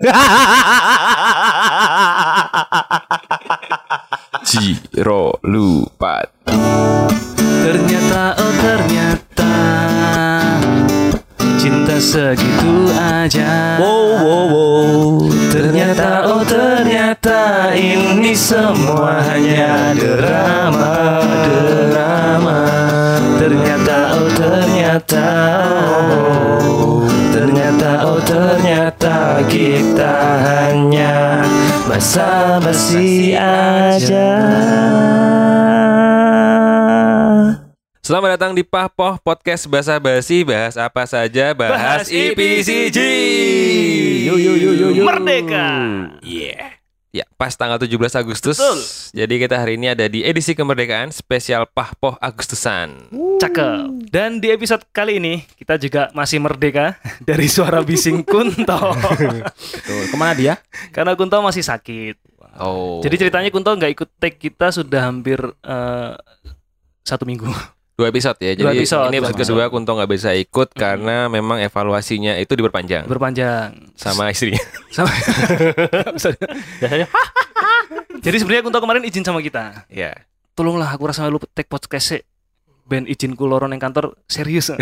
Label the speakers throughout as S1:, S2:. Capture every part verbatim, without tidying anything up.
S1: Ciro lupa.
S2: Ternyata oh ternyata cinta segitu aja.
S1: Wow wow wow.
S2: Ternyata oh ternyata ini semua hanya drama, drama. Ternyata oh ternyata oh, ternyata oh ternyata kita hanya basa-basi aja.
S1: Selamat datang di Pahpoh Podcast Basa Basi. Bahas apa saja, bahas, bahas I P C G.
S2: Yo yo yo yo yo. Merdeka.
S1: Yeah. Ya, pas tanggal tujuh belas Agustus.
S2: Betul.
S1: Jadi kita hari ini ada di edisi kemerdekaan spesial Pahpoh Agustusan.
S2: Cakep. Dan di episode kali ini kita juga masih merdeka dari suara bising Kunto.
S3: Betul. Kemana dia?
S2: Karena Kunto masih sakit.
S1: Oh.
S2: Jadi ceritanya Kunto nggak ikut take kita sudah hampir uh, satu minggu.
S1: Dua episode ya. Jadi
S2: Dua episode,
S1: ini episode kedua Kunto nggak bisa ikut hmm. karena memang evaluasinya itu diperpanjang.
S2: Berpanjang.
S1: Sama istrinya.
S2: Sama. Jadi sebenarnya Kunto kemarin izin sama kita.
S1: Ya.
S2: Tolonglah aku rasa lu take podcast sih. Ben izinku loro nang kantor serius.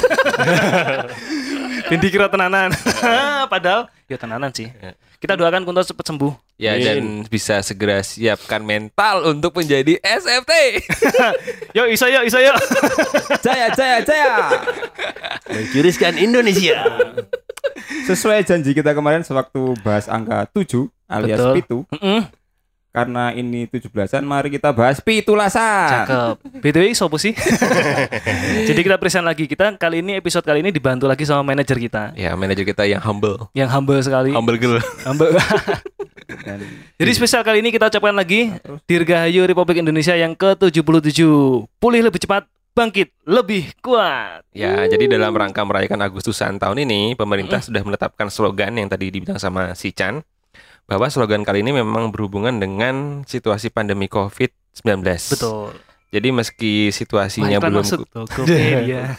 S2: Ben dikira tenanan. Padahal ya tenanan sih. Kita doakan Kunto cepat sembuh.
S1: Ya, dan bisa segera siapkan mental untuk menjadi S F T.
S2: Yo iso yo iso yo.
S3: Jaya jaya jaya.
S4: Menjuruskan Indonesia.
S3: Sesuai janji kita kemarin sewaktu bahas angka tujuh alias
S2: Betul.
S3: pitu.
S2: Mm-mm.
S3: Karena ini tujuh belasan, mari kita bahas pitulasan.
S2: Cakep. B T W sopo sih? Jadi kita present lagi. Kita kali ini episode kali ini dibantu lagi sama manajer kita.
S1: Ya, manajer kita yang humble.
S2: Yang humble sekali.
S1: Humble girl.
S2: Humble.
S3: Dan
S2: Jadi spesial kali ini kita ucapkan lagi Dirgahayu Republik Indonesia yang ke tujuh puluh tujuh. Pulih lebih cepat, bangkit lebih kuat.
S1: Ya, jadi dalam rangka merayakan Agustusan tahun ini, pemerintah sudah menetapkan slogan yang tadi dibilang sama si Chan, bahwa slogan kali ini memang berhubungan dengan situasi pandemi covid sembilan belas.
S2: Betul.
S1: Jadi meski situasinya
S2: Wah,
S1: belum
S2: masuk Tokopedia.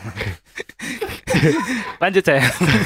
S2: Lanjut saya.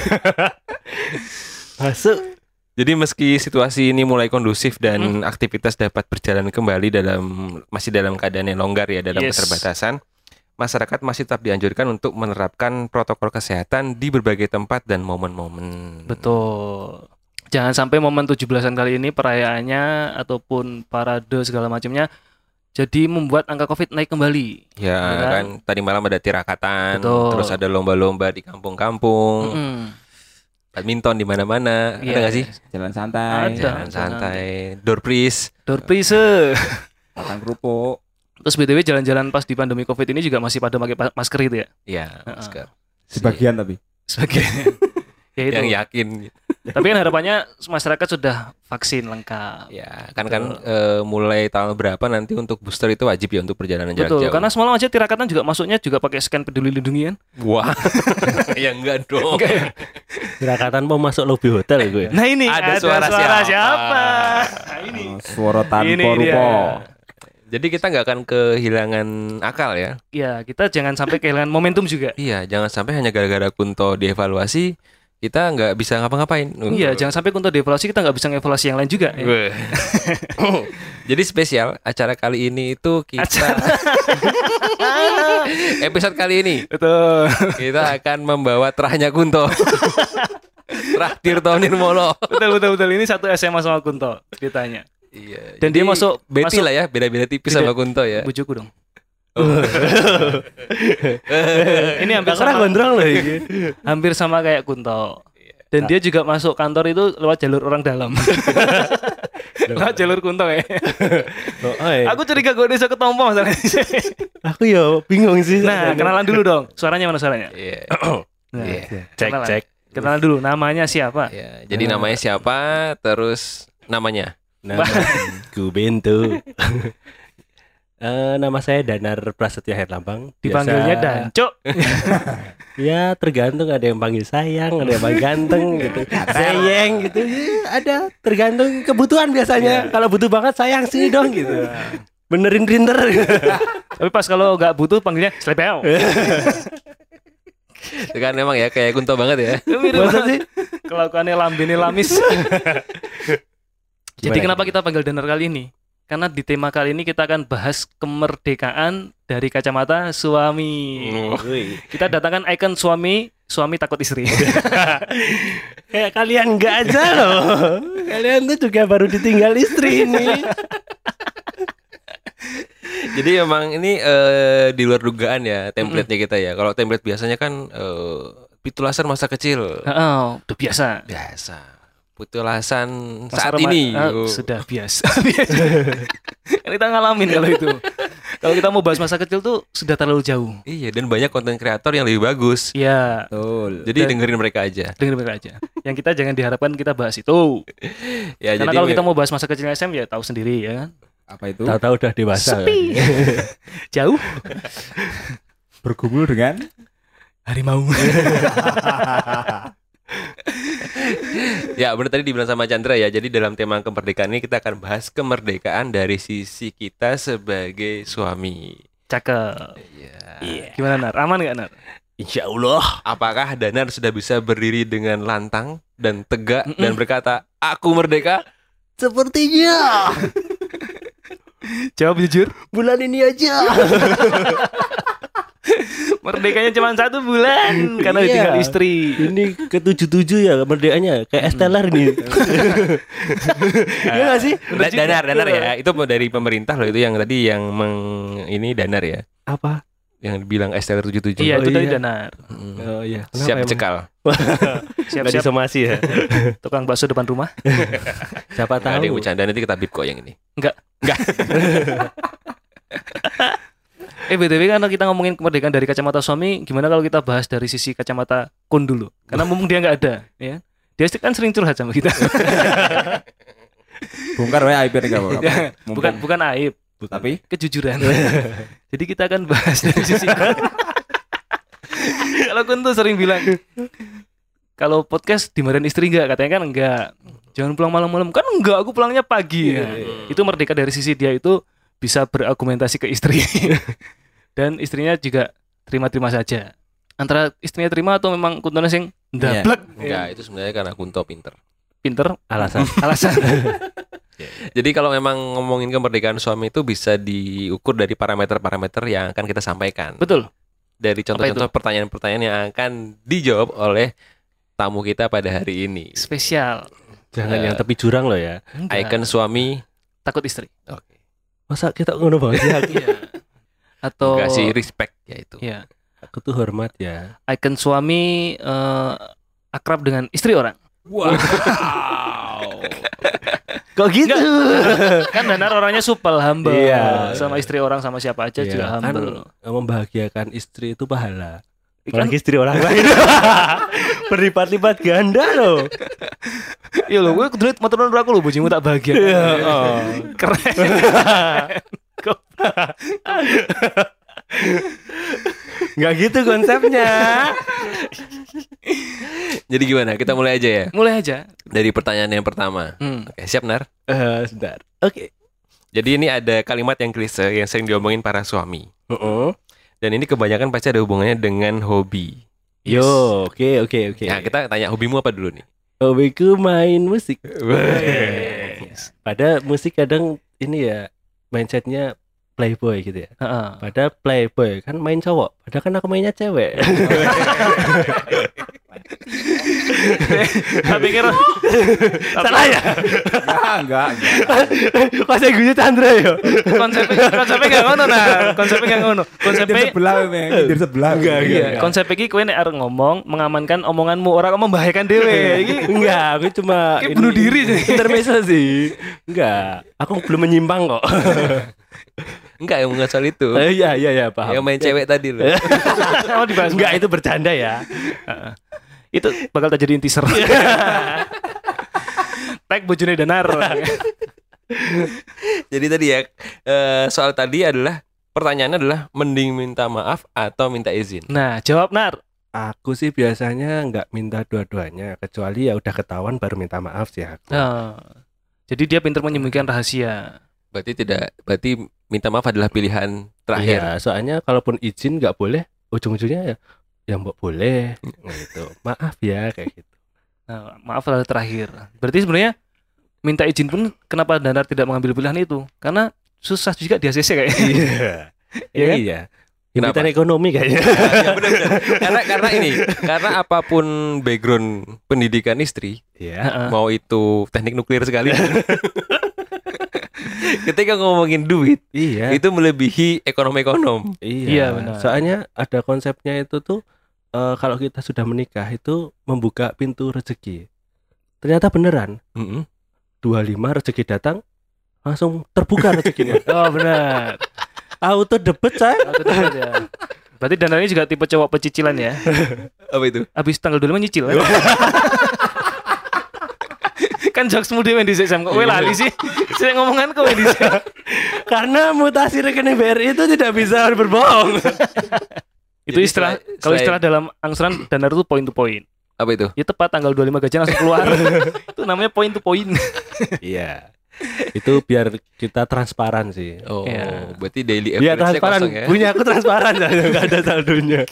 S4: Masuk.
S1: Jadi meski situasi ini mulai kondusif dan hmm. aktivitas dapat berjalan kembali dalam masih dalam keadaan yang longgar ya dalam
S2: Yes.
S1: keterbatasan, masyarakat masih tetap dianjurkan untuk menerapkan protokol kesehatan di berbagai tempat dan momen-momen.
S2: Betul. Jangan sampai momen tujuh belasan kali ini perayaannya ataupun parade segala macamnya jadi membuat angka Covid naik kembali.
S1: Ya,
S2: Ya
S1: kan?
S2: kan?
S1: Tadi malam ada tirakatan,
S2: Betul.
S1: terus ada lomba-lomba di kampung-kampung,
S2: Mm-mm.
S1: badminton di mana-mana,
S2: Iya.
S1: ada nggak sih?
S3: jalan santai,
S2: Ada.
S1: Jalan santai, door prize.
S2: Door prize.
S3: makan kerupuk.
S2: Terus B T W jalan-jalan pas di pandemi Covid ini juga masih pada pakai pa- masker itu ya?
S1: Ya,
S2: Uh-uh.
S1: masker.
S3: Sebagian tapi.
S2: Sebagai ya itu.
S1: Yang yakin.
S2: Tapi kan harapannya masyarakat sudah vaksin lengkap.
S1: Ya, kan kan eh, mulai tahun berapa nanti untuk booster itu wajib ya untuk perjalanan jarak
S2: Betul,
S1: jauh.
S2: karena semalam aja tirakatan juga masuknya juga pakai scan peduli lindungi kan.
S1: Wah, ya enggak dong.
S4: Tirakatan mau masuk lobby hotel gue.
S2: Nah ini
S1: Ada
S2: ada,
S1: suara
S2: suara,
S1: siapa?
S2: siapa? Nah, ini.
S3: Oh, suara tanpa
S2: Ini dia.
S3: rupa.
S1: Jadi kita nggak akan kehilangan akal ya.
S2: Ya, kita jangan sampai kehilangan momentum juga.
S1: Iya, jangan sampai hanya gara-gara Kunto dievaluasi kita nggak bisa ngapa-ngapain.
S2: Iya, jangan sampai Kunto dievaluasi kita nggak bisa ngevaluasi yang lain juga. Ya.
S1: Weh. Jadi spesial acara kali ini itu kita episode kali ini
S2: Betul.
S1: kita akan membawa terahnya Kunto. Terah Tirto Nirmolo.
S2: betul betul betul ini satu S M A sama Kunto ceritanya.
S1: Iya.
S2: Dan dia masuk-
S1: beti
S2: masuk-
S1: lah ya, beda-beda tipis
S2: Beda.
S1: sama Kunto ya.
S2: Bujuku dong.
S1: Oh.
S2: Ini hampir
S4: Karena
S2: sama,
S4: gondrong loh ini.
S2: hampir sama kayak Kunto. Dan dia juga masuk kantor itu lewat jalur orang dalam. Lewat jalur Kunto ya.
S4: Oh, oi.
S2: Aku curiga gue desa ketompo masalahnya.
S4: Aku ya bingung sih.
S2: Nah, kenalan dulu dong. Suaranya mana suaranya?
S1: Iya.
S2: Nah,
S1: Iya.
S4: Cek
S2: kenalan.
S4: cek.
S2: Kenalan dulu. Namanya siapa?
S1: Ya, jadi namanya siapa? Terus namanya.
S4: Nama ku Bento. Eh, nama saya Danar Prasetya Herlambang.
S2: Dipanggilnya
S4: Biasa-
S2: Dancuk.
S4: Ya tergantung, ada yang panggil sayang, ada yang panggil ganteng gitu, sayang gitu. Ya, ada tergantung kebutuhan biasanya. Kalau butuh banget sayang sini dong gitu. Benerin printer.
S2: Tapi pas kalau nggak butuh panggilnya Slepeo.
S1: Itu kan memang ya kayak Kunto banget ya.
S2: Mirip banget sih. Kelakuannya lambene lamis. Jadi
S4: Gimana,
S2: kenapa kita panggil Danar kali ini? Karena di tema kali ini kita akan bahas kemerdekaan dari kacamata suami.
S4: Wih.
S2: Kita datangkan ikon suami, suami takut istri.
S4: Kayak kalian enggak aja loh. Kalian tuh juga baru ditinggal istri ini.
S1: Jadi memang ini eh, di luar dugaan ya template-nya kita ya. Kalau template biasanya kan eh, pitulasan masa kecil.
S2: Oh, udah biasa.
S1: Biasa. Pitulasan
S2: Masa
S1: saat
S2: rema-
S1: ini.
S2: ah,
S1: Oh.
S2: sudah biasa. Biasa. Kan kita ngalamin kalau itu. Kalau kita mau bahas masa kecil tuh sudah terlalu jauh.
S1: Iya, dan banyak konten kreator yang lebih bagus.
S2: Iya,
S3: Betul.
S1: Jadi
S2: Dan-
S1: dengerin mereka aja.
S2: dengerin mereka aja. Yang kita jangan diharapkan kita bahas itu.
S1: Ya,
S2: Karena
S1: jadi
S2: kalau kita mau bahas masa kecilnya S M ya tahu sendiri ya kan.
S3: Apa itu?
S4: Tahu-tahu udah dewasa.
S2: Sepi. Jauh.
S3: Bergumul dengan
S2: Harimau.
S1: ya benar tadi dibilang sama Chandra ya. Jadi dalam tema kemerdekaan ini kita akan bahas kemerdekaan dari sisi kita sebagai suami.
S2: Cakep.
S1: Iya.
S2: Gimana Nar? Aman nggak Nar?
S4: Insya Allah.
S1: Apakah Danar sudah bisa berdiri dengan lantang dan tegak
S2: Mm-mm.
S1: dan berkata, "Aku merdeka"?
S4: Sepertinya
S2: Jawab jujur.
S4: bulan ini aja.
S2: Merdekanya cuma satu bulan karena
S4: Iya.
S2: ditinggal istri.
S4: Ini ke tujuh tujuh ya merdekanya kayak Estelar nih. Iya nggak sih?
S1: Da- Danar, Danar ya. Itu dari pemerintah loh itu yang tadi yang meng, ini Danar ya.
S4: Apa?
S1: Yang bilang S T L tujuh puluh tujuh.
S2: Iya,
S4: Oh,
S2: itu dari
S4: iya.
S2: Danar.
S1: Mm.
S4: Oh iya.
S1: Siap
S4: Kenapa
S1: cekal.
S4: Nggak
S2: Siap-siap
S4: disomasi ya.
S2: tukang bakso depan rumah.
S4: Siapa
S1: Nggak ada yang
S4: tahu.
S1: bercanda, nanti kita bip kok yang ini.
S2: Eh B T W karena kita ngomongin kemerdekaan dari kacamata suami, gimana kalau kita bahas dari sisi kacamata Kun dulu? Karena mumpung dia nggak ada, ya. Dia kan sering curhat sama kita.
S3: bongkar wae aibnya enggak apa.
S2: bukan bukan aib,
S3: Tapi
S2: kejujuran. Jadi kita akan bahas dari sisi Kun. Kalau Kun tuh sering bilang, kalau podcast dimarahin istri nggak? Katanya kan enggak. Jangan pulang malam-malam. Kan enggak, aku pulangnya pagi. Ya. Itu merdeka dari sisi dia itu bisa berargumentasi ke istri. Dan istrinya juga terima-terima saja. Antara istrinya terima atau memang kuntone sing ndablek.
S1: Enggak, itu sebenarnya karena Kunto pinter.
S2: Pinter
S4: Alasan.
S2: alasan.
S1: Jadi kalau memang ngomongin kemerdekaan suami itu bisa diukur dari parameter-parameter yang akan kita sampaikan.
S2: Betul.
S1: Dari contoh-contoh pertanyaan-pertanyaan yang akan dijawab oleh tamu kita pada hari ini.
S2: Spesial.
S4: Jangan
S1: Eh,
S4: yang tepi jurang loh ya.
S2: Enggak.
S1: Icon suami.
S2: Takut istri.
S1: Oke.
S4: Masa kita ngono banget ya?
S2: Iya. Atau
S1: Kasih respect ya itu.
S2: ya,
S4: Aku tuh hormat ya.
S2: icon suami eh, akrab dengan istri orang.
S1: Wow.
S4: Kok gitu?
S2: Kan Danar orangnya supel, humble.
S4: Iya.
S2: Sama istri orang sama siapa aja juga
S4: Iya, kan
S2: humble.
S4: membahagiakan istri itu pahala.
S2: Kan,
S4: Apalagi istri orang lain. Berlipat-lipat ganda loh.
S2: iya loh, gue duit motor aku loh, bojomu tak bahagia.
S4: Iya, oh.
S2: Keren.
S4: Nggak gitu konsepnya.
S1: Jadi gimana? Kita mulai aja ya.
S2: Mulai aja.
S1: Dari pertanyaan yang pertama.
S2: Hmm.
S1: Oke, siap Nar?
S4: Eh, sebentar. Oke.
S1: Jadi ini ada kalimat yang klise yang sering diomongin para suami.
S4: Heeh.
S1: Dan ini kebanyakan pasti ada hubungannya dengan hobi.
S4: Yo, oke oke oke.
S1: Nah, kita tanya hobimu apa dulu nih?
S4: Hobiku main musik.
S2: Yes.
S4: Pada musik kadang ini ya mindsetnya playboy gitu ya.
S2: Heeh.
S4: Pada playboy kan main cowok. Padahal kan aku mainnya cewek.
S2: Tak pikir
S4: Salah ya?
S3: enggak, enggak, enggak.
S4: Masa gue Chandra ya?
S2: konsepnya konsepnya gak ngono nah. Konsepnya gak ngono.
S3: Di
S2: Konsepnya
S3: sebelah memang, di sebelah.
S4: Enggak,
S2: iya,
S4: enggak.
S2: konsep iki kowe nek arep ngomong mengamankan omonganmu ora kok membahayakan dhewe. Iki
S4: Enggak, aku cuma
S2: Kayak bunuh diri sih.
S4: Intermezzo sih. Enggak, aku belum menyimpang kok.
S1: Enggak, yang enggak soal itu.
S4: Eh, Iya, iya, iya, paham.
S1: Yang main cewek tadi loh.
S2: mau dibahas.
S4: Enggak, itu bercanda ya.
S2: Itu bakal tak jadiin teaser. Tag bojone Danar.
S1: Jadi tadi ya, eh, soal tadi adalah pertanyaannya adalah mending minta maaf atau minta izin.
S2: Nah, jawab Nar.
S4: Aku sih biasanya nggak minta dua-duanya, kecuali ya udah ketahuan baru minta maaf sih aku.
S2: Nah, jadi dia pintar menyembunyikan rahasia.
S1: Berarti tidak, berarti minta maaf adalah pilihan terakhir.
S4: Iya, soalnya kalaupun izin nggak boleh, ujung-ujungnya ya ya mbok boleh gitu. Maaf ya kayak gitu.
S2: Nah, maaf lalu terakhir. Berarti sebenarnya minta izin pun kenapa Danar tidak mengambil pilihan itu? Karena susah juga di A C C kayaknya.
S4: Iya.
S2: Iya kan?
S4: Iya.
S1: Kenapa?
S4: Impitan ekonomi kayaknya.
S1: Ya, benar-benar. karena karena ini, karena apapun background pendidikan istri,
S4: Iya.
S1: mau itu teknik nuklir sekali. Ketika ngomongin duit,
S4: Iya.
S1: itu melebihi ekonom-ekonom.
S4: Iya,
S2: Iya, benar.
S4: Soalnya ada konsepnya itu tuh eh, kalau kita sudah menikah itu membuka pintu rezeki. Ternyata beneran.
S1: Mm-mm.
S4: dua puluh lima rezeki datang langsung terbuka rezekinya.
S2: Oh benar.
S4: Auto debet saya.
S2: Atau tidak ya. Berarti Danar ini juga tipe cowok pecicilan ya.
S1: Apa itu?
S2: Habis tanggal dua puluh lima nyicil. Kan jokes mudi main di Sam kok kowe lali sih. Saya ngomongan kok di
S4: Karena mutasi rekening B R I itu tidak bisa berbohong.
S2: Itu
S1: Jadi
S2: istilah
S1: selain-
S2: kalau
S1: selain-
S2: istilah dalam angsuran Danar itu point to point.
S1: Apa itu?
S2: Ya tepat tanggal dua puluh lima gajian langsung keluar. Itu namanya point to point.
S4: Iya. Itu biar kita transparan sih.
S1: Oh,
S2: Iya.
S1: berarti daily
S4: Iya
S1: average-nya
S4: transparan.
S1: kosong ya.
S4: Punya aku transparan enggak ada saldonya.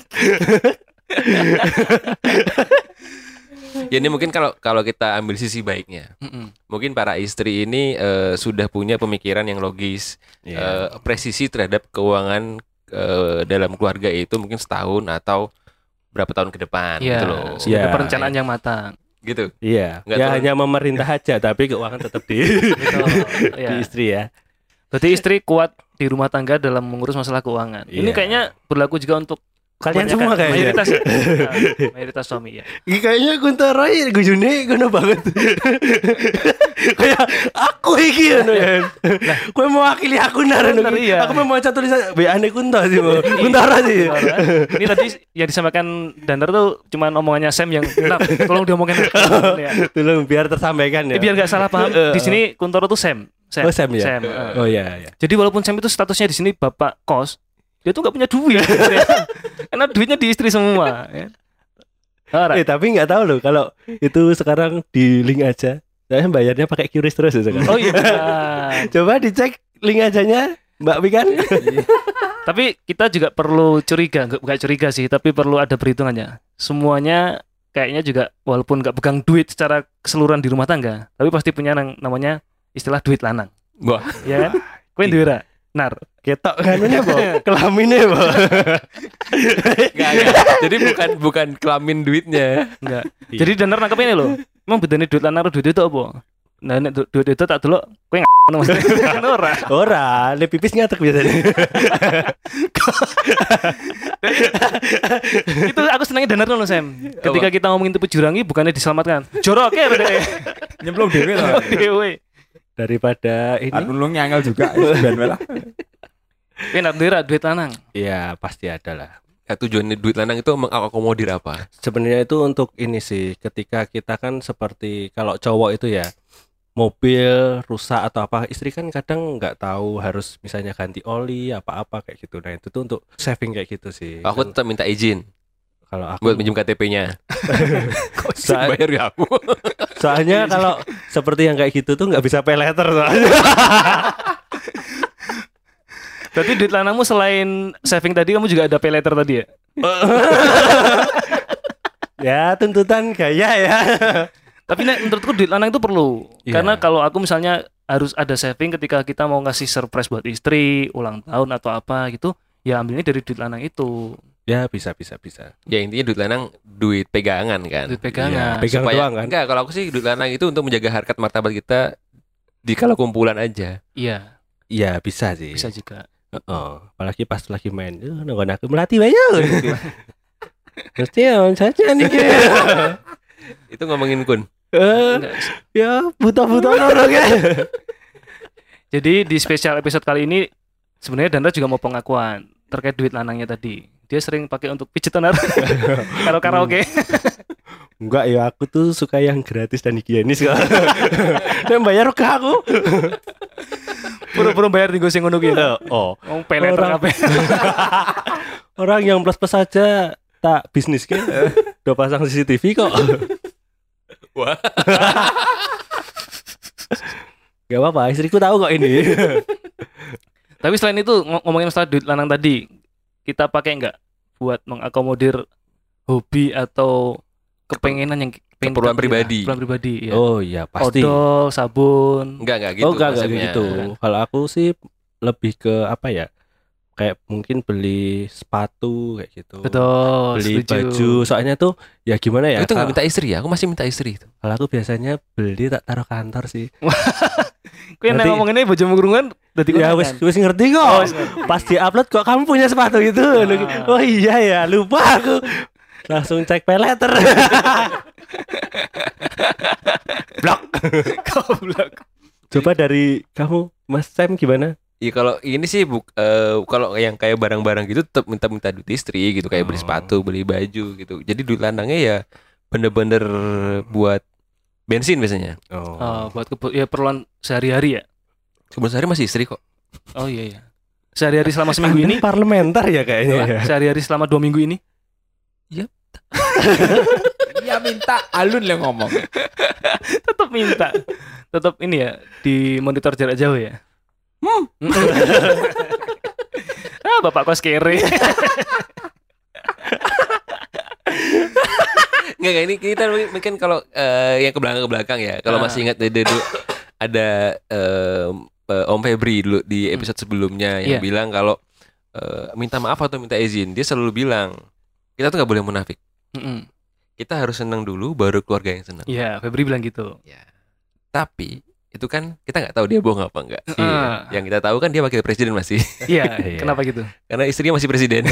S1: Ya ini mungkin kalau kalau kita ambil sisi baiknya,
S2: Mm-mm.
S1: mungkin para istri ini eh, sudah punya pemikiran yang logis, eh, presisi terhadap keuangan eh, dalam keluarga itu mungkin setahun atau berapa tahun ke depan
S2: Iya,
S1: gitu loh.
S2: sudah ada
S4: Iya.
S2: perencanaan yang matang.
S1: Gitu.
S4: Iya.
S1: Nggak
S4: Ya
S1: terlalu-
S4: hanya memerintah aja tapi keuangan tetap di,
S2: Gitu.
S4: di
S2: Ya.
S4: istri ya.
S2: Berarti istri kuat di rumah tangga dalam mengurus masalah keuangan. Ini
S4: Iya.
S2: kayaknya berlaku juga untuk
S4: Kalian
S2: kebanyakan-
S4: semua kayaknya.
S2: mayoritas ya? Nah, mayoritas suami ya.
S4: Ih, kayaknya Guntur Roy gujune gono banget. Kayak aku iki ngono ya. Kowe mewakili aku naran.
S2: Bener, iya.
S4: Aku mau maca tulisan B A-ne Kunto sih, Bo. Kuntara sih.
S2: Ini tadi yang disampaikan Danar tuh cuma omongannya Sam yang "Nap, tolong diomongin ya.
S4: Tolong biar tersampaikan ya.
S2: Eh, biar nggak salah paham. Di sini Kuntoro tuh Sam. Sam.
S4: Oh, Sam ya?
S2: Sam, eh.
S4: Oh iya iya.
S2: Jadi walaupun Sam itu statusnya di sini bapak kos, dia tuh nggak punya duit. Karena duitnya di istri semua. Ya. Alright.
S4: Eh tapi nggak tahu loh kalau itu sekarang di link aja. Saya bayarnya pakai QRIS terus ya sekarang.
S2: Oh iya.
S4: Coba dicek link ajanya, Mbak Pikan.
S2: Tapi kita juga perlu curiga, nggak bukan curiga sih, tapi perlu ada perhitungannya. Semuanya kayaknya juga walaupun nggak pegang duit secara keseluruhan di rumah tangga, tapi pasti punya nang- namanya istilah duit lanang.
S1: Wah,
S2: Ya kan? Kowe duwe ra? Nar.
S4: Ketok kanunya, Bo. Kelaminnya, Bo.
S1: enggak, enggak. Jadi bukan bukan kelamin duitnya.
S2: Enggak.
S4: Iya.
S2: Jadi Danar nangkep ini loh. Emang bedanya duit lanang karo duit itu apa? Nah, nek du- duit itu tak delok kowe ngono maksudnya. Kan ora.
S4: Ora, le pipis nyatek biasanya.
S2: Itu aku senangnya Danar ngono, Sam. Ketika kita ngomongin tipu jurangi bukannya diselamatkan. Jorok ya bedanya.
S3: Nyemplung dhewe lah.
S2: Dewe.
S4: Daripada ini.
S3: Nulung nyangel juga ben wae lah.
S2: Kowe nak duwe ra duit lanang?
S4: Iya, pasti ada lah.
S1: Ya, tujuan duit lanang itu mengakomodir apa?
S4: Sebenarnya itu untuk ini sih, ketika kita kan seperti kalau cowok itu ya mobil rusak atau apa, istri kan kadang nggak tahu harus misalnya ganti oli apa-apa kayak gitu. Nah itu tuh untuk saving kayak gitu sih.
S1: Aku
S4: Kan
S1: tetap minta izin
S4: kalau aku
S1: buat minjem K T P-nya. Kok izin
S4: Saat-
S1: bayar ya aku?
S4: soalnya kalau seperti yang kayak gitu tuh nggak bisa pay letter soalnya.
S2: Berarti duit lanangmu selain saving tadi kamu juga ada pay letter tadi ya?
S4: Ya tuntutan gaya ya.
S2: Tapi nek menurutku duit lanang itu perlu.
S4: Iya.
S2: Karena kalau aku misalnya harus ada saving ketika kita mau ngasih surprise buat istri, ulang tahun atau apa gitu, ya ambilnya dari duit lanang itu.
S4: Ya bisa bisa bisa.
S1: Ya intinya duit lanang duit pegangan kan.
S2: Duit pegangan.
S4: Iya, pegang
S1: Supaya-
S4: doang kan.
S1: Enggak, kalau aku sih duit lanang itu untuk menjaga harkat martabat kita di kala kumpulan aja.
S2: Iya,
S4: Iya bisa sih.
S2: bisa juga.
S4: Oh, apalagi pas lagi main, eh nonggon aku melatih wae yo. Mesti on saja nih.
S1: Itu ngomongin Kun.
S4: Eh,
S2: Enggak.
S4: ya buta-buta orang ya.
S2: Jadi di spesial episode kali ini sebenarnya Dandra juga mau pengakuan terkait duit lanangnya tadi. Dia sering pakai untuk pijitan karo karaoke.
S4: Enggak ya, aku tuh suka yang gratis dan higienis kok. Dan bayar ke aku.
S2: Pura-pura bayar tinggal sing ngono ki.
S4: Oh,
S2: Wong pay letter
S4: Orang-
S2: kabeh.
S4: orang yang plus-plus saja tak bisnis ke. Udah pasang C C T V kok.
S1: Wah.
S4: Gak apa-apa, istriku tahu kok ini.
S2: Tapi selain itu ng- ngomongin masalah duit lanang tadi, kita pakai nggak buat mengakomodir hobi atau kepengenan yang pengen
S1: Keperluan
S2: kita-
S1: pribadi.
S2: iya, keperluan pribadi ya.
S4: Oh iya pasti.
S2: Odol, sabun.
S1: Enggak, enggak gitu
S4: oh enggak enggak
S1: konsepnya.
S4: gitu. Kalau aku sih lebih ke apa ya? Kayak mungkin beli sepatu kayak gitu.
S2: Betul,
S4: Beli
S2: setuju.
S4: baju. Soalnya tuh ya gimana ya?
S1: Itu enggak
S4: Kalau
S1: minta istri ya? Aku masih minta istri itu.
S4: kalau aku biasanya beli tak taruh kantor sih.
S2: Kowe nek
S4: Nanti-
S2: ngomong ini bojomu krungan dadi
S4: Ya
S2: konangan.
S4: wis wis ngerti kok.
S2: Oh, wis ngerti.
S4: Pas di-upload kok kamu punya sepatu itu.
S2: Ah.
S4: Oh iya ya, lupa aku. Langsung cek pay letter. Blok.
S2: Goblok.
S4: Coba dari kamu, Mas Sam gimana?
S1: Iya kalau ini sih buk, eh, kalau yang kayak barang-barang gitu tetap minta-minta duit istri gitu kayak beli
S4: Oh.
S1: sepatu, beli baju gitu. Jadi duit landangnya ya bener-bener buat bensin biasanya.
S2: Oh, buat kebu- ya perluan sehari-hari ya.
S1: Sebelum sehari masih istri kok.
S2: Oh iya iya. Sehari-hari selama seminggu ini,
S4: parlementer ya kayaknya. ya.
S2: sehari-hari selama dua minggu ini.
S3: Ya minta alun yang ngomong.
S2: Tetap minta. Tetap ini ya di monitor jarak jauh ya. Hmm. ah, bapak kos kere.
S1: Enggak, enggak, ini kita mungkin kalau eh, yang ke belakang ke belakang ya. Kalau
S2: Ah.
S1: masih ingat ada dulu ada em, eh, Om Febri dulu di episode sebelumnya yang
S2: Iya.
S1: bilang kalau eh, minta maaf atau minta izin, dia selalu bilang kita tuh nggak boleh munafik.
S2: Mm-mm.
S1: Kita harus senang dulu baru keluarga yang senang.
S2: Iya, Febri bilang gitu.
S1: Tapi itu kan kita nggak tahu dia bohong apa enggak.
S2: Iya.
S1: Yang kita tahu kan dia wakil presiden masih.
S2: Iya,
S4: Iya.
S2: kenapa gitu?
S1: Karena istrinya masih presiden.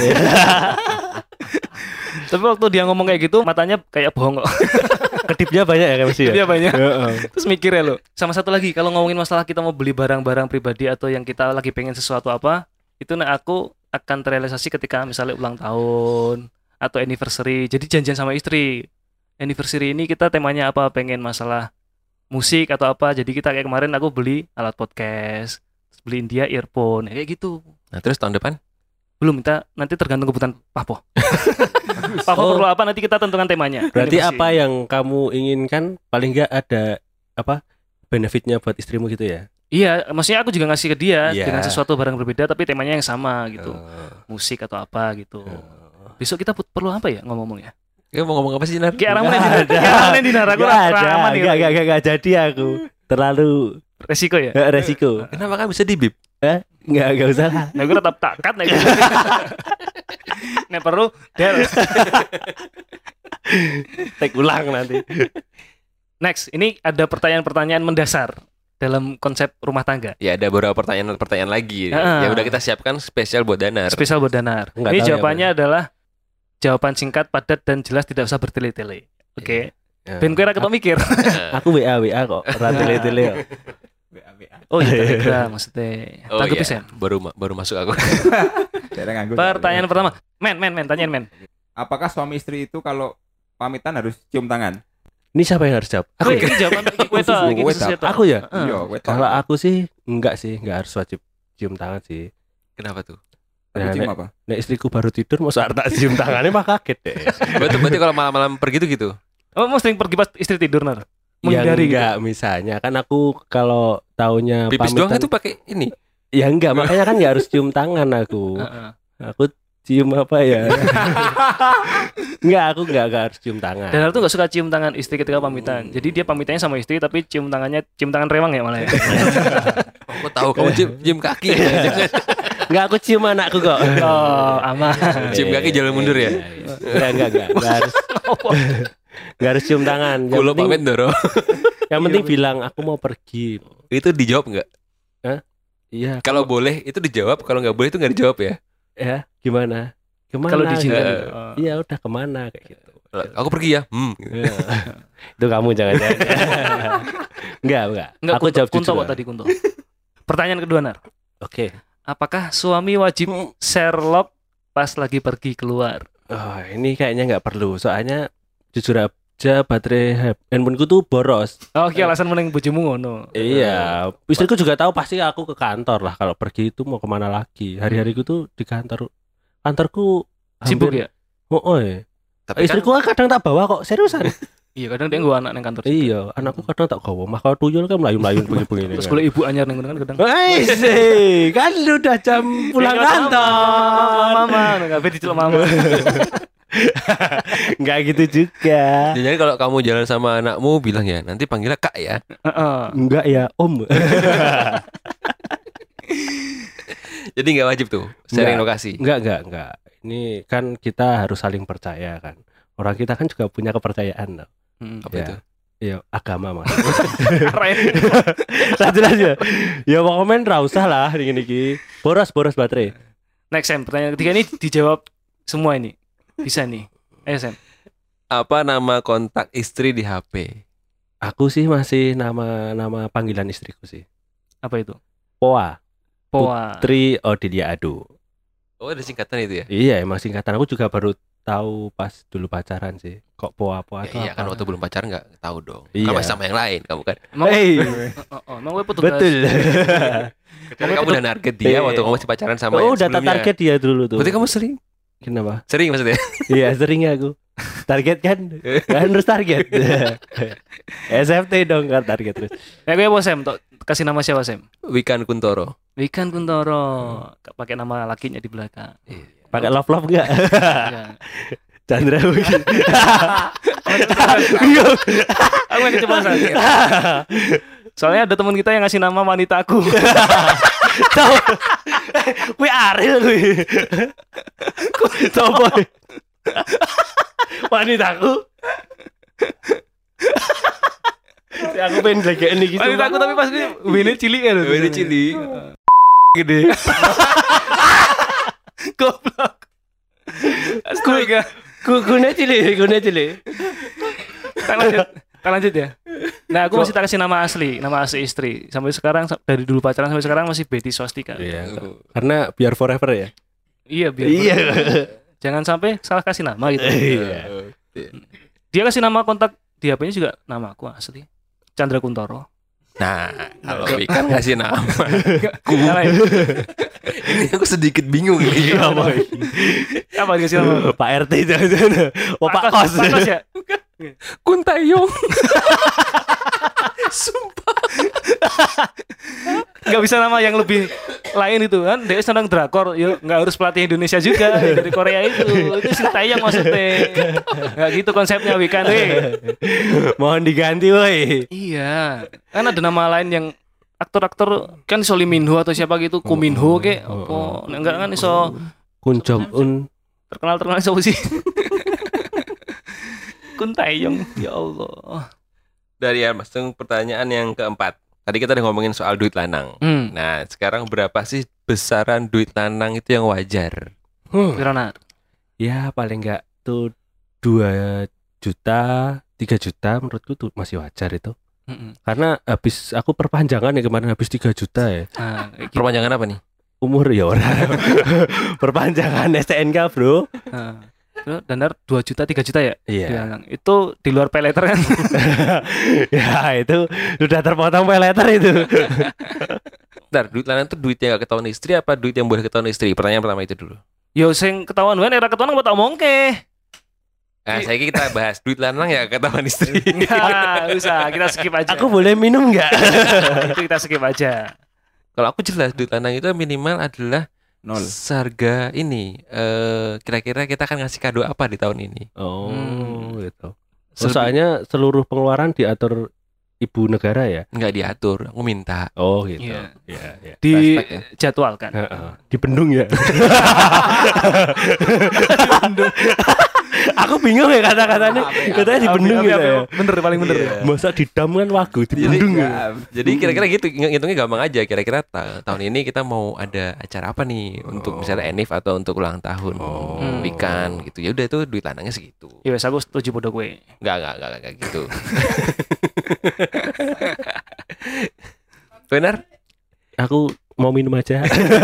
S2: Tapi waktu dia ngomong kayak gitu, matanya kayak bohong kok.
S4: Kedipnya banyak ya kayak ya.
S2: Dia banyak.
S4: Heeh.
S2: Terus mikir ya lo. Sama satu lagi, kalau ngomongin masalah kita mau beli barang-barang pribadi atau yang kita lagi pengen sesuatu apa, itu nah aku akan terrealisasi ketika misalnya ulang tahun atau anniversary. Jadi janjian sama istri. Anniversary ini kita temanya apa? Pengen masalah musik atau apa. Jadi kita kayak kemarin aku beli alat podcast, terus beliin dia earphone, kayak gitu.
S1: Nah, terus tahun depan
S2: Belum, kita nanti tergantung kebutuhan Papo. Papo
S4: Oh.
S2: perlu apa nanti kita tentukan temanya.
S4: Berarti
S2: Anniversary.
S4: apa yang kamu inginkan paling enggak ada apa benefitnya buat istrimu gitu ya?
S2: Iya, maksudnya aku juga ngasih ke dia
S4: Iya.
S2: dengan sesuatu barang berbeda tapi temanya yang sama gitu.
S4: Oh.
S2: Musik atau apa gitu.
S4: Oh.
S2: Besok kita put- perlu apa ya ngomong-ngomong ya?
S1: ya mau ngomong apa sih, Nar?
S2: Kayak orang
S4: Nggak
S2: mana
S4: ada.
S2: Kayak orang dinar aku
S4: Nggak
S2: ra- ra
S4: ada,
S2: aman nih.
S4: nggak nggak nggak nggak jadi aku. Terlalu
S2: Resiko ya?
S4: eh, resiko.
S1: Kenapa kan bisa dibip?
S4: Nggak nggak usah lah.
S2: Nah, gue tetap tak cut nih. Nek perlu del.
S4: Take ulang nanti.
S2: Next, ini ada pertanyaan-pertanyaan mendasar dalam konsep rumah tangga.
S1: Ya ada beberapa pertanyaan-pertanyaan lagi.
S2: Ah.
S1: Ya udah kita siapkan spesial buat Danar.
S2: Spesial buat Danar.
S4: Nggak
S2: Ini
S4: tahu ya,
S2: jawabannya adalah jawaban singkat, padat dan jelas, tidak usah bertele-tele. Oke.
S4: Ya.
S2: Ben kowe ra ketok mikir.
S4: Aku W A W A kok, ora tele-tele kok.
S2: Oh iya, Telegram maksudnya.
S1: Oh
S2: Tanggapi
S1: iya,
S2: Sam.
S1: baru ma- baru masuk aku.
S3: Daerah nganggur.
S2: Pertanyaan pertama. Men, men, men, tanyain men.
S3: Apakah suami istri itu kalau pamitan harus cium tangan?
S4: Ini siapa yang harus jawab? Aku
S2: Kowe
S4: ya?
S2: ini jawaban iki kowe
S3: Khusus
S2: tok,
S3: gue,
S2: iki
S3: gue
S2: khusus
S3: tak.
S2: tok.
S4: Aku ya?
S2: Heeh.
S3: Iya, gue tahu.
S4: Kalau aku sih enggak sih, enggak harus wajib cium tangan sih.
S1: Kenapa tuh?
S3: Tapi
S4: Nah,
S3: cium
S4: nek-
S3: apa?
S4: Nek istriku baru tidur mau saat tak cium tangannya mah kaget deh.
S1: Berarti, berarti kalau malam-malam pergi tuh gitu.
S2: Oh, mau sering pergi pas istri tidur nar.
S4: Ya
S2: Menghindari gitu.
S4: enggak, misalnya kan aku kalau taunya
S1: Pipis doang
S4: pamitan
S1: itu pakai ini.
S4: ya enggak, makanya kan enggak harus cium tangan aku.
S2: Heeh.
S4: Aku cium apa ya? Enggak, aku enggak, enggak harus cium tangan.
S2: Dan aku tuh gak suka cium tangan istri ketika pamitan. Jadi dia pamitannya sama istri tapi cium tangannya cium tangan rewang ya malah ya.
S1: Oh, aku tahu kamu cium, cium kaki. Jangan
S4: Enggak, aku cium anakku kok.
S2: Oh, aman.
S1: cium kaki jalan mundur ya.
S4: Enggak, enggak, enggak. Enggak harus enggak harus cium tangan. Yang
S1: Kulo
S4: penting,
S1: pamit Doro.
S4: yang penting bilang aku mau pergi.
S1: Itu dijawab nggak?
S4: Iya,
S1: Kalau boleh itu dijawab, kalau nggak boleh itu nggak dijawab ya.
S4: ya gimana? Kemana?
S2: Kalau diizinkan.
S1: Eh,
S2: gitu. Oh.
S4: Iya, udah kemana kayak gitu.
S1: Aku pergi ya. Hmm.
S4: Ya. Itu kamu jangan-jangan. enggak, enggak.
S2: Enggak,
S4: Aku
S2: kunto,
S4: jawab
S2: kunto
S4: jujur.
S2: kok tadi kunto. Pertanyaan kedua nar.
S4: Oke.
S2: Apakah suami wajib share log pas lagi pergi keluar?
S4: Oh, ini kayaknya nggak perlu. Soalnya jujur aja baterai handphoneku tuh boros.
S2: Oh, ki alasan meneng bojomu ngono.
S4: Iya, istriku juga tahu pasti aku ke kantor lah kalau pergi itu mau kemana lagi. Hari-hariku tuh di kantor. Kantorku
S2: Sibuk
S4: hampir-
S2: ya?
S4: Oh, oh ya.
S1: Tapi kan
S4: Istriku kan kadang tak bawa kok, seriusan.
S2: Iya, kadang dia nggo anak nang kantor.
S4: Iya, anakku kadang tak bawa. Mah kalau tuyul kan melayu-melayu begini-begini.
S2: Terus
S4: kan.
S2: kalau ibu anyar nang kan kadang.
S4: Hei, sih, kan udah jam pulang
S2: Ya,
S4: kantor.
S2: Mama, mama, enggak be diceluk mama.
S4: Enggak gitu juga.
S1: Jadi kalau kamu jalan sama anakmu bilang ya nanti panggilnya kak ya.
S2: Heeh.
S4: Enggak ya, Om.
S1: Jadi nggak wajib tuh sharing
S4: Nggak.
S1: lokasi.
S4: Enggak, enggak, enggak. Ini kan kita harus saling percaya kan. Orang kita kan juga punya kepercayaan loh.
S2: Hmm.
S1: Apa
S4: Ya.
S1: itu?
S4: Ya agama mas.
S2: Keren.
S4: Lah jelas ya. Ya mau komen ra usah lah ngene iki. Boros boros baterai.
S2: Next Sam, pertanyaan ketiga ini dijawab semua ini. Bisa nih. Ayo Sam.
S1: Apa nama kontak istri di H P?
S4: Aku sih masih nama nama panggilan istriku sih.
S2: Apa itu?
S4: Poa,
S2: Poa.
S4: Tri Odilia Adu.
S1: Oh ada singkatan itu ya?
S4: Iya, emang singkatan aku juga baru tahu pas dulu pacaran sih. Kok Poa Poa
S1: Ya,
S4: itu
S1: iya
S4: apa?
S1: kan waktu belum pacaran nggak tahu dong.
S4: Iya.
S1: Kan masih sama yang lain kamu kan.
S2: Emang,
S4: Hey,
S2: oh, oh, emang gue petugas.
S4: betul.
S1: Karena kamu udah target dia
S4: Iya.
S1: waktu kamu masih pacaran sama
S4: Oh,
S1: yang
S4: data
S1: sebelumnya.
S4: target dia dulu tuh.
S1: Berarti kamu sering?
S4: Kenapa?
S1: Sering maksudnya?
S4: Iya, sering aku. Target kan? Kan harus target. S F T dong kan target terus.
S2: Nah, gue apa Sam? Tok, kasih nama siapa Sam?
S1: Wikan Kuntoro.
S2: Wikan Kuntoro. Pakai nama lakinya di belakang.
S4: Pakai love love enggak?
S2: Ya.
S4: Chandra Wiki.
S2: Aku yang keceplosan. Soalnya ada teman kita yang ngasih nama wanita aku.
S4: Tahu. Kuwi Ariel kuwi. Sopo? Wanitaku. Si aku pengen glegeken iki.
S2: Wanita aku tapi pas gue Wini cilik ya.
S1: Ini cili.
S2: Gede. Goblok. Astaga.
S4: Kukune cilik, kukune cilik.
S2: Kita lanjut. Kita lanjut ya. Nah, aku masih tak kasih nama asli, nama asli istri. Sampai sekarang dari dulu pacaran sampai sekarang masih Betty Swastika.
S4: Iya. Karena biar forever ya.
S2: Iya, biar.
S4: Iya.
S2: Jangan sampai salah kasih nama gitu.
S4: Iya.
S2: Dia kasih nama kontak di H P-nya juga nama aku asli. Chandra Kuntoro.
S1: Nah, kalau Wikan ngasih nama.
S2: Salah ya?
S1: Ini aku sedikit bingung ini.
S2: Apa dikasih nama?
S4: Pak R T itu. Oh, Pak Kos.
S2: Pak Kos ya?
S1: Kuntayong. Sumpah.
S2: Nggak bisa nama yang lebih lain itu kan. Dia senang drakor, yuk nggak harus pelatih Indonesia juga dari Korea itu. Itu Sintayong maksudnya. Nggak gitu konsepnya Wikan. Weh.
S4: Mohon diganti woi.
S2: Iya, kan ada nama lain yang aktor-aktor kan iso Lee Min-ho atau siapa gitu, Ko Min-ho ke apa nek enggak kan iso
S4: Kun Jong Un.
S2: terkenal-terkenal iso sih. Kun Taeyong, ya Allah.
S1: Dari ya, Mas, pertanyaan yang keempat. Tadi kita udah ngomongin soal duit lanang.
S2: Hmm,
S1: Nah, sekarang berapa sih besaran duit lanang itu yang wajar?
S2: Pirana.
S4: Ya paling enggak tuh dua juta, tiga juta menurutku tuh masih wajar itu.
S2: Heeh.
S4: Karena habis aku perpanjangan ya kemarin habis tiga juta ya.
S2: Nah, kayak gitu.
S1: Perpanjangan apa nih?
S4: Umur ya orang. Perpanjangan S T N K, Bro.
S2: Nah, itu dandar dua juta, tiga juta ya?
S4: Iya.
S2: Bilang. Itu di luar pay letter kan.
S4: Ya itu sudah terpotong pay letter itu.
S1: Bentar, duit lanang itu duit yang gak ketahuan istri apa duit yang boleh ketahuan istri? Pertanyaan pertama itu dulu.
S2: Yo sing ketahuan wae era ketahuan buat omongke.
S1: Nah, saya kita bahas duit lanang ya ketahuan istri.
S2: Enggak usah, kita skip aja.
S4: Aku boleh minum enggak?
S2: Itu kita skip aja.
S1: Kalau aku jelas duit lanang itu minimal adalah
S3: Nol.
S1: harga ini. Eh, kira-kira kita akan ngasih kado apa di tahun ini?
S4: Oh,
S2: Hmm.
S4: gitu. Oh,
S1: Selebih-
S4: soalnya seluruh pengeluaran diatur ibu negara ya.
S1: nggak diatur, aku minta.
S4: Oh, gitu.
S2: Iya.
S4: Iya, iya.
S2: Dijadwalkan.
S4: Heeh. Dibendung ya. Aku bingung ya kata-katanya. Katanya dibendung
S2: Api,
S4: gitu
S2: api,
S4: ya.
S2: api. Bener, paling bener.
S1: Iya.
S4: Masa didam kan wagu dibendung ya.
S1: Jadi kira-kira gitu, ng- ngitungnya gampang aja. Kira-kira ta- tahun ini kita mau ada acara apa nih untuk misalnya Enif atau untuk ulang tahun
S4: Oh.
S1: Wikan gitu. Ya udah itu duit lanangnya segitu.
S2: Ya wes aku setuju bodoh gue.
S1: Enggak, enggak, enggak, enggak gitu. Benar?
S4: Aku mau minum aja.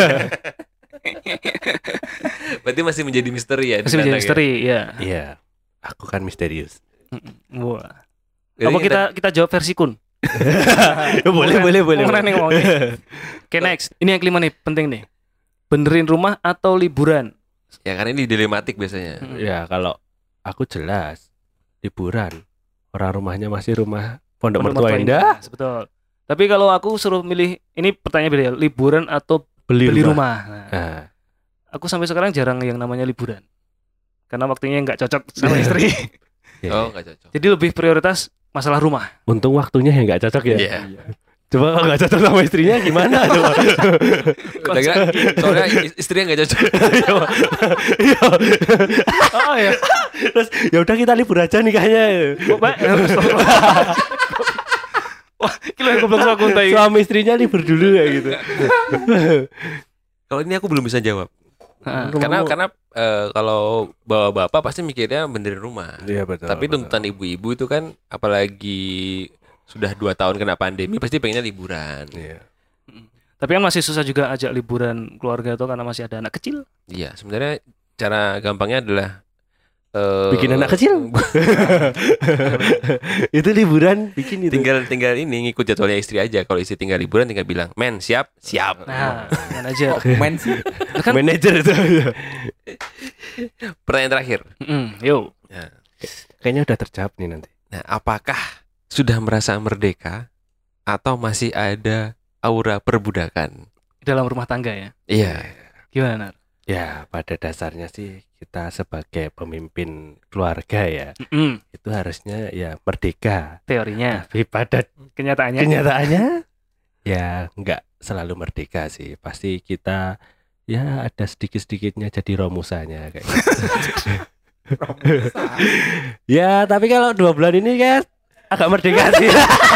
S1: Berarti masih menjadi misteri ya?
S2: Masih menjadi
S1: duit lanang ya?
S2: misteri, ya.
S4: Iya. Aku kan misterius.
S2: Wah.
S1: Jadi
S2: Apa kita kita jawab versi Kun?
S4: boleh, boleh, boleh.
S2: Mau nih ngomongnya. Oke, next. Ini yang kelima nih, penting nih. Benerin rumah atau liburan?
S1: Ya karena ini dilematik biasanya.
S4: Ya kalau aku jelas liburan. Orang rumahnya masih rumah Pondok
S2: Pondok
S4: Mertua
S2: Mertua
S4: Indah.
S2: Betul. Tapi kalau aku suruh milih, ini pertanyaan beda ya, liburan atau
S4: Beli,
S2: beli
S4: rumah.
S2: rumah. Nah,
S4: Nah,
S2: aku sampai sekarang jarang yang namanya liburan. karena waktunya nggak cocok sama istri.
S1: Oh, nggak cocok.
S2: Jadi lebih prioritas masalah rumah.
S4: Untung waktunya yang nggak cocok ya.
S1: Iya.
S4: Coba kalau nggak cocok sama istrinya gimana? Coba.
S1: Udah kira soalnya istrinya nggak cocok.
S4: Iya.
S2: Oh ya.
S4: Terus ya udah kita libur aja nikahnya.
S2: Kok, Pak? Wah, kilo yang goblok sama kuntai.
S4: Suami istrinya libur dulu ya gitu.
S1: Kalau ini aku belum bisa jawab.
S2: Heeh.
S1: Karena karena eh, kalau bapak-bapak pasti mikirnya benerin rumah.
S4: Iya betul.
S1: Tapi tuntutan ibu-ibu itu kan apalagi sudah dua tahun kena pandemi pasti pengennya liburan.
S4: Iya.
S2: Tapi kan masih susah juga ajak liburan keluarga tuh karena masih ada anak kecil.
S1: Iya, sebenarnya cara gampangnya adalah eh,
S4: Bikin anak kecil. Itu liburan bikin itu.
S1: tinggal tinggal ini ngikut jadwalnya istri aja. Kalau istri tinggal liburan tinggal bilang, "Men, siap?" "Siap."
S2: Nah, kan aja.
S3: Men sih.
S2: Kan,
S4: Manajer itu.
S1: Pertanyaan terakhir.
S2: Mm, yo.
S1: Nah,
S4: Kayaknya udah terjawab nih nanti.
S1: nah, apakah sudah merasa merdeka atau masih ada aura perbudakan?
S2: Dalam rumah tangga ya.
S1: Iya.
S2: Gimana, Nar?
S4: Ya pada dasarnya sih kita sebagai pemimpin keluarga ya
S2: Mm,
S4: itu harusnya ya merdeka.
S2: teorinya.
S4: Tapi pada
S2: Kenyataannya.
S4: kenyataannya ya nggak selalu merdeka sih. Pasti kita ya ada sedikit-sedikitnya jadi romusanya kayak gitu. Ya tapi kalau dua bulan ini kan agak merdeka sih.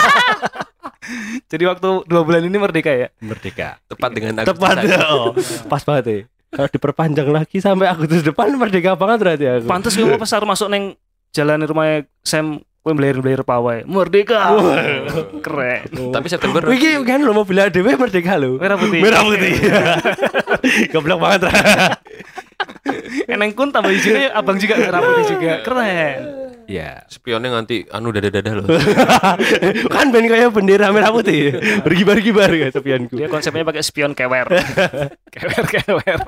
S2: Jadi waktu dua bulan ini merdeka ya.
S4: Merdeka.
S1: Tepat dengan
S4: Tepat.
S1: Agustusan.
S4: Oh, pas banget ya. Kalau diperpanjang lagi sampai Agustus depan merdeka banget berarti aku.
S2: Pantes gue mau pasar masuk neng jalan rumahnya Sam kowe mblayir-mblayir pawai. Merdeka. Keren.
S1: Tapi September
S4: Wih kan lo mau bilang dewe merdeka lo.
S2: Merah putih.
S4: Merah putih. Goblok banget.
S2: Eneng kun tambah hijaunya abang juga merah putih juga. Keren.
S4: Ya.
S1: spionnya nganti anu dadah-dadah loh.
S4: Kan ben kayak bendera merah putih. Berkibar-kibar ya sepianku.
S2: Dia konsepnya pakai spion kewer. Kewer kewer.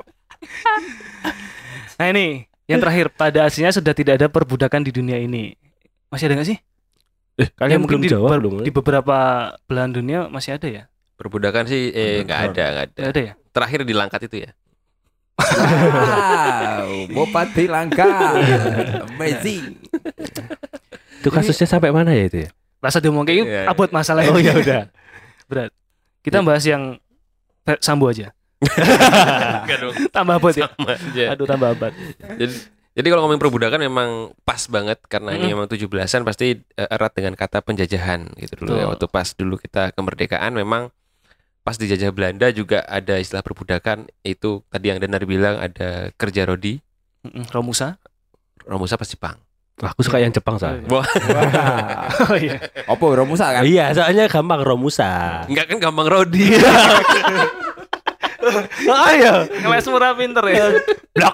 S2: Nah ini yang terakhir, pada aslinya sudah tidak ada perbudakan di dunia ini. Masih ada nggak sih?
S4: Eh,
S2: Ya,
S4: kalian
S2: mungkin
S4: belum
S2: di,
S4: jawab
S2: ber-
S4: belum?
S2: di beberapa belahan dunia masih ada ya?
S1: Perbudakan sih eh nggak ada, nggak ada.
S2: Nggak ada ya?
S1: Terakhir di Langkat itu ya.
S3: Wow, Bupati Langka. Amazing.
S4: Itu kasusnya sampai mana ya itu ya?
S2: Rasa diomong kayak gitu,
S1: Iya, iya.
S2: abot masalah
S4: Oh
S2: ini.
S4: ya udah.
S2: Berat. Kita bahas yang ver- Sambo aja.
S1: Enggak dong.
S2: Tambah abot ya.
S1: Sama aja.
S2: Aduh tambah abot.
S1: Jadi jadi kalau ngomongin perbudakan memang pas banget karena ini
S2: Mm-mm.
S1: memang tujuh belasan pasti eh, erat dengan kata penjajahan gitu dulu ya.
S2: Betul.
S1: Waktu pas dulu kita kemerdekaan memang pas dijajah Belanda juga ada istilah perbudakan itu tadi yang Danar bilang ada kerja rodi,
S2: Mm-mm, Romusa.
S1: Romusa pas Jepang.
S4: Wah, aku suka yang Jepang soalnya.
S1: Wah,
S2: Oh iya.
S3: Opo Romusa kan?
S4: Iya, soalnya gampang Romusa.
S1: enggak kan gampang rodi.
S4: Ayo.
S2: Ngeles murah pinter ya.
S4: Blok.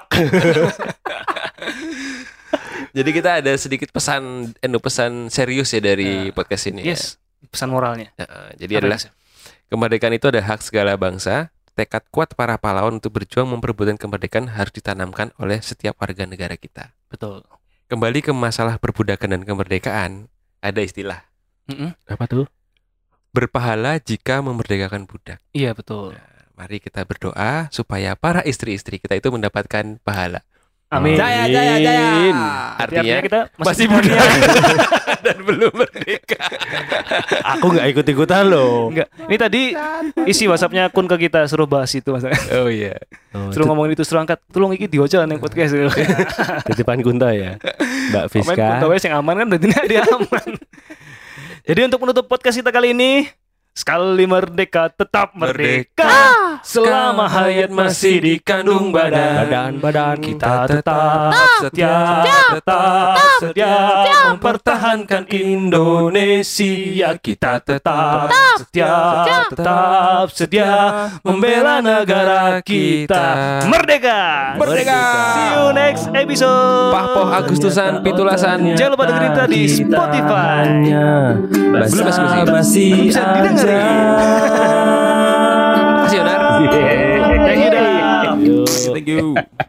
S1: Jadi kita ada sedikit pesan enu pesan serius ya dari podcast ini.
S2: Yes. Pesan moralnya.
S1: Ya. Nah, jadi
S2: Apa
S1: adalah
S2: itu?
S1: kemerdekaan itu ada hak segala bangsa. Tekad kuat para pahlawan untuk berjuang memperebutkan kemerdekaan harus ditanamkan oleh setiap warga negara kita.
S2: Betul.
S1: Kembali ke masalah perbudakan dan kemerdekaan, ada istilah
S2: Mm-mm.
S4: Apa tuh?
S1: berpahala jika memerdekakan budak.
S2: Iya betul.
S1: Mari kita berdoa supaya para istri-istri kita itu mendapatkan pahala.
S2: Amin.
S3: Jaya jaya jaya.
S1: Artinya,
S2: kita
S1: masih
S2: masih
S1: budak dan belum merdeka.
S4: Aku nggak ikut-ikutan loh.
S2: Enggak. Ini tadi isi WhatsApp-nya Kun ke kita suruh bahas itu Mas.
S1: Oh iya.
S4: Oh,
S2: Suruh ngomongin itu suruh angkat. Tolong iki diojo nang podcast.
S4: titipan Kunto ya. Mbak
S2: Komen
S4: Fiska.
S2: Kun tahu yang aman kan berarti dia aman. Jadi untuk menutup podcast kita kali ini, sekali merdeka tetap merdeka. Selama hayat masih dikandung badan,
S4: Badan-badan
S2: kita tetap setia, tetap setia mempertahankan Indonesia. Kita tetap setia, tetap setia membela negara kita. Merdeka.
S3: Merdeka.
S2: See you next episode.
S1: Pahpoh Agustusan Pitulasan.
S2: Jangan lupa dengerin kita di Spotify.
S1: Belum basa-basi.
S2: Bisa didengar.
S1: Makasih Yonar.
S2: Thank you, Dam.
S3: Thank you.